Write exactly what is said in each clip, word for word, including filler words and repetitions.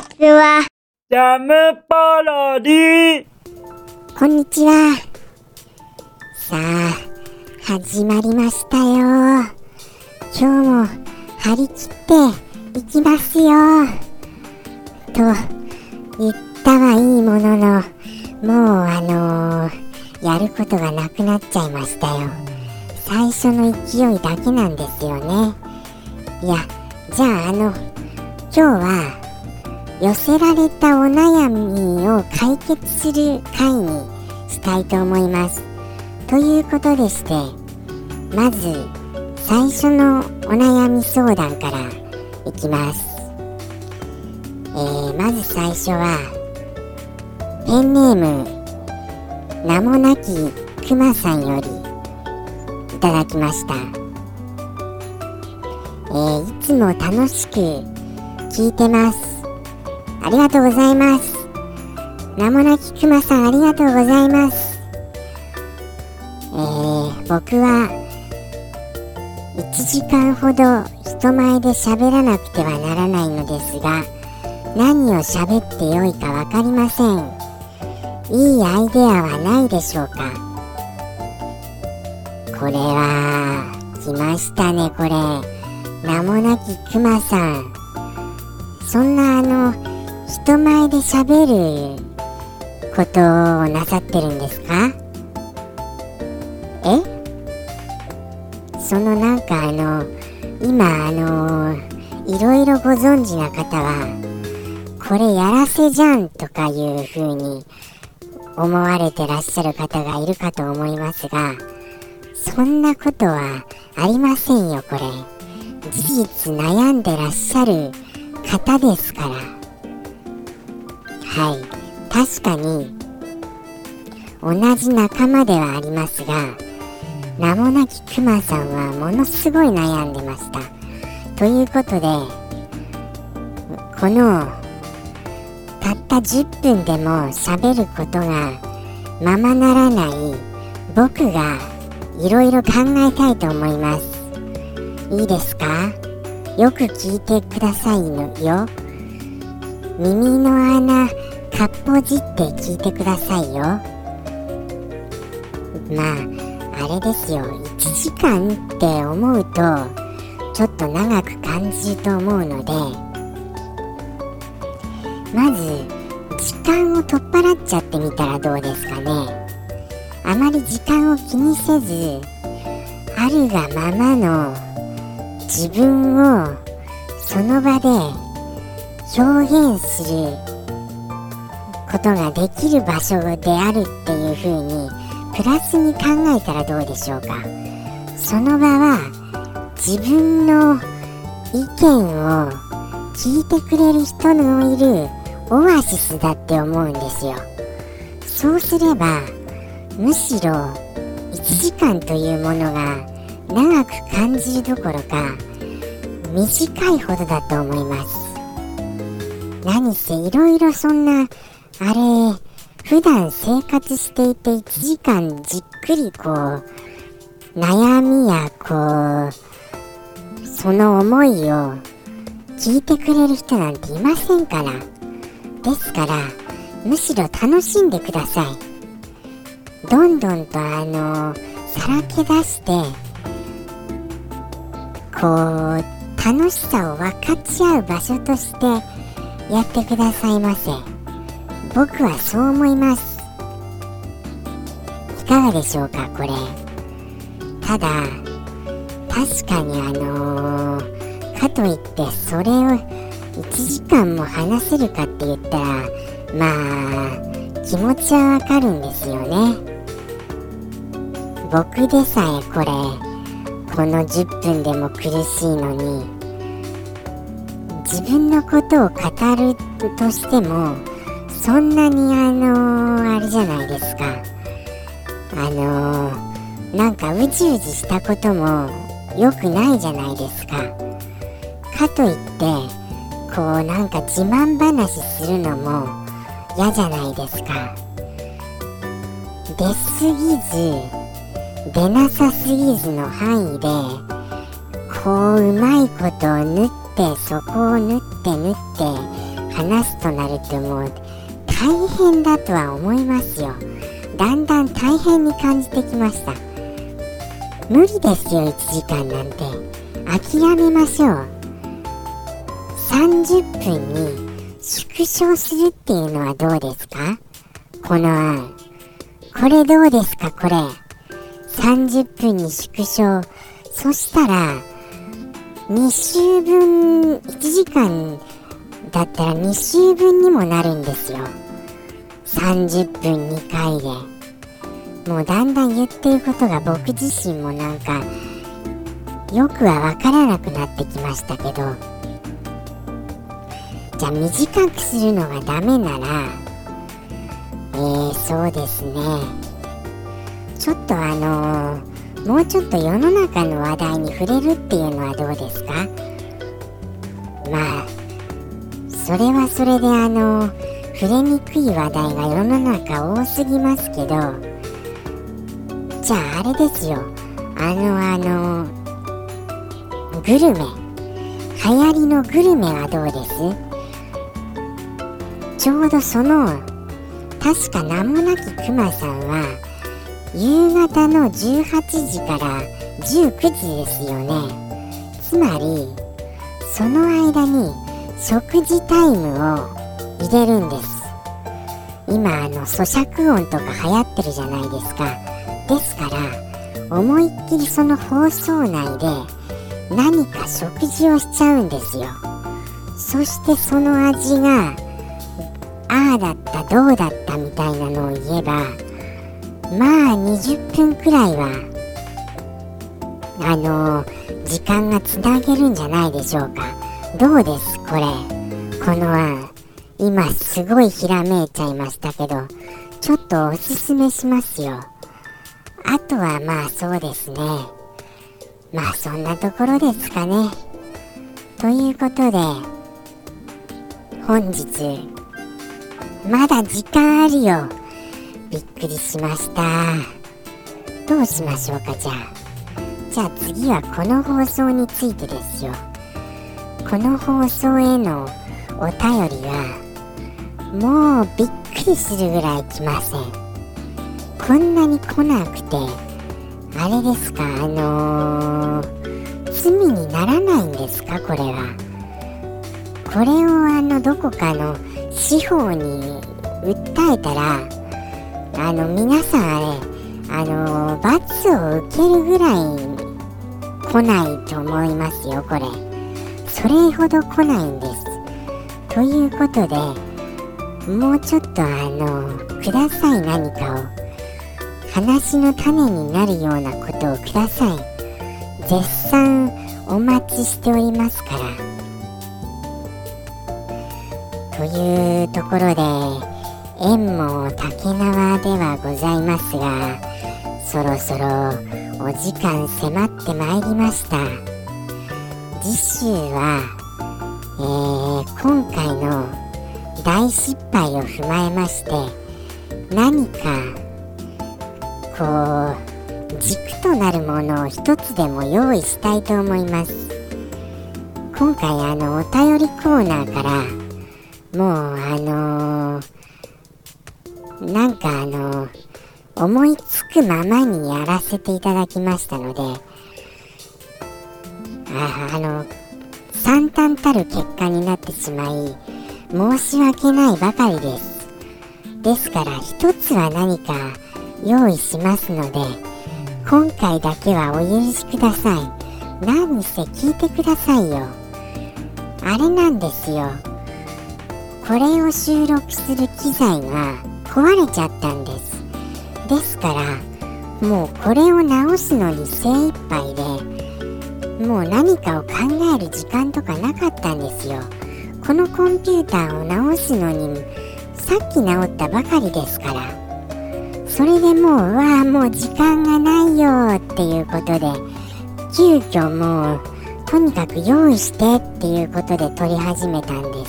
ちは。 ジャムパロディ。 こんにちは。さあ、始まりましたよ。今日も張り切っていきますよ。と言ったはいいものの、もうあのー、やることがなくなっちゃいましたよ。最初の勢いだけなんですよね。いや、じゃああの、今日は寄せられたお悩みを解決する回にしたいと思います。ということでして、まず最初のお悩み相談からいきます。えー、まず最初はペンネーム名もなきくまさんよりいただきました。えー、いつも楽しく聞いてます。ありがとうございます。名もなきくまさん、ありがとうございます。えー、僕はいちじかんほど人前で喋らなくてはならないのですが、何を喋ってよいかわかりません。いいアイデアはないでしょうか。これは来ましたね。これ名もなきくまさん、そんなあの人前で喋ることをなさってるんですか？え？そのなんかあの今あのいろいろご存知な方はこれやらせじゃんとかいう風に思われてらっしゃる方がいるかと思いますが、そんなことはありませんよ。これ事実悩んでらっしゃる方ですから。はい、確かに同じ仲間ではありますが、名もなきくまさんはものすごい悩んでました。ということで、このたったじゅっぷんでも喋ることがままならない僕がいろいろ考えたいと思います。いいですか？よく聞いてくださいのよ。耳の穴かっぽじって聞いてくださいよ。まああれですよ、いちじかんって思うとちょっと長く感じると思うので、まず時間を取っ払っちゃってみたらどうですかね。あまり時間を気にせず、あるがままの自分をその場で表現することができる場所であるっていう風にプラスに考えたらどうでしょうか。その場は自分の意見を聞いてくれる人のいるオアシスだって思うんですよ。そうすればむしろいちじかんというものが長く感じるどころか短いほどだと思います。何せいろいろそんなあれ普段生活していていちじかんじっくりこう悩みやこうその思いを聞いてくれる人なんていませんから。ですからむしろ楽しんでください。どんどんとあのさらけ出してこう楽しさを分かち合う場所としてやってくださいませ。僕はそう思います。いかがでしょうかこれ。ただ確かにあのー、かといってそれをいちじかんも話せるかって言ったら、まあ気持ちはわかるんですよね。僕でさえこれこのじゅっぷんでも苦しいのに、自分のことを語るとしてもそんなにあのー、あれじゃないですか。あのー、なんかうじうじしたことも良くないじゃないですか。かといってこうなんか自慢話するのも嫌じゃないですか。出すぎず出なさすぎずの範囲でこううまいことを縫ってそこを縫って縫って話すとなるともう大変だとは思いますよ。だんだん大変に感じてきました。無理ですよいちじかんなんて。諦めましょう。さんじゅっぷんに縮小するっていうのはどうですか？この案。これどうですか？これさんじゅっぷんに縮小。そしたらに週分、いちじかんだったらに週分にもなるんですよ。さんじゅっぷんにかいで。もうだんだん言ってることが僕自身もなんかよくはわからなくなってきましたけど、じゃあ短くするのがダメなら、えー、そうですね、ちょっとあのーもうちょっと世の中の話題に触れるっていうのはどうですか？まあそれはそれであの触れにくい話題が世の中多すぎますけど、じゃああれですよ、あのあのグルメ、流行りのグルメはどうです？ちょうどその確か名もなきくまさんは夕方のじゅうはちじからじゅうくじですよね。つまりその間に食事タイムを入れるんです。今あの咀嚼音とか流行ってるじゃないですか。ですから思いっきりその放送内で何か食事をしちゃうんですよ。そしてその味がああだったどうだったみたいなのを言えば、まあにじゅっぷんくらいはあのー、時間がつなげるんじゃないでしょうか。どうですこれ、この案。今すごいひらめいちゃいましたけど、ちょっとおすすめしますよ。あとはまあそうですね、まあそんなところですかね。ということで本日まだ時間あるよ。びっくりしました。どうしましょうか。じゃあじゃあ次はこの放送についてですよ。この放送へのお便りはもうびっくりするぐらい来ません。こんなに来なくてあれですか、あのー、罪にならないんですか？これはこれをあのどこかの司法に訴えたら、あの皆さんあれあの罰を受けるぐらい来ないと思いますよ。これそれほど来ないんです。ということでもうちょっとあのください、何かを話の種になるようなことをください。絶賛お待ちしておりますから。というところで縁も竹縄ではございますが、そろそろお時間迫ってまいりました。次週は、えー、今回の大失敗を踏まえまして、何かこう軸となるものを一つでも用意したいと思います。今回あのお便りコーナーからもうあのー、なんかあのー、思いつくままにやらせていただきましたので、あ、あの惨憺たる結果になってしまい申し訳ないばかりです。ですから一つは何か用意しますので、今回だけはお許しください。何せ聞いてくださいよ。あれなんですよ、これを収録する機材が壊れちゃったんです。ですからもうこれを直すのに精一杯で、もう何かを考える時間とかなかったんですよ。このコンピューターを直すのにさっき直ったばかりですから。それでもううわーもう時間がないよっていうことで、急遽もうとにかく用意してっていうことで撮り始めたんです。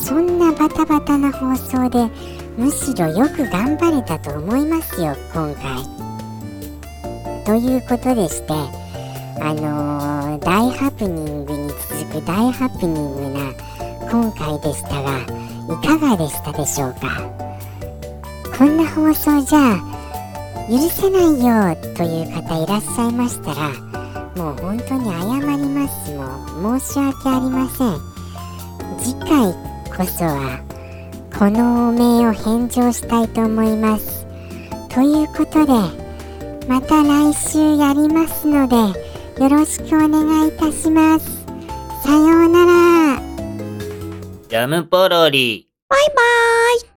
そんなバタバタな放送でむしろよく頑張れたと思いますよ今回。ということでして、あのー、大ハプニングに続く大ハプニングな今回でしたがいかがでしたでしょうか。こんな放送じゃ許せないよという方いらっしゃいましたら、もう本当に謝ります。もう申し訳ありません。次回こそはこの汚名を返上したいと思います。ということでまた来週やりますのでよろしくお願いいたします。さようなら。 ジャムポロリ。 バイバーイ。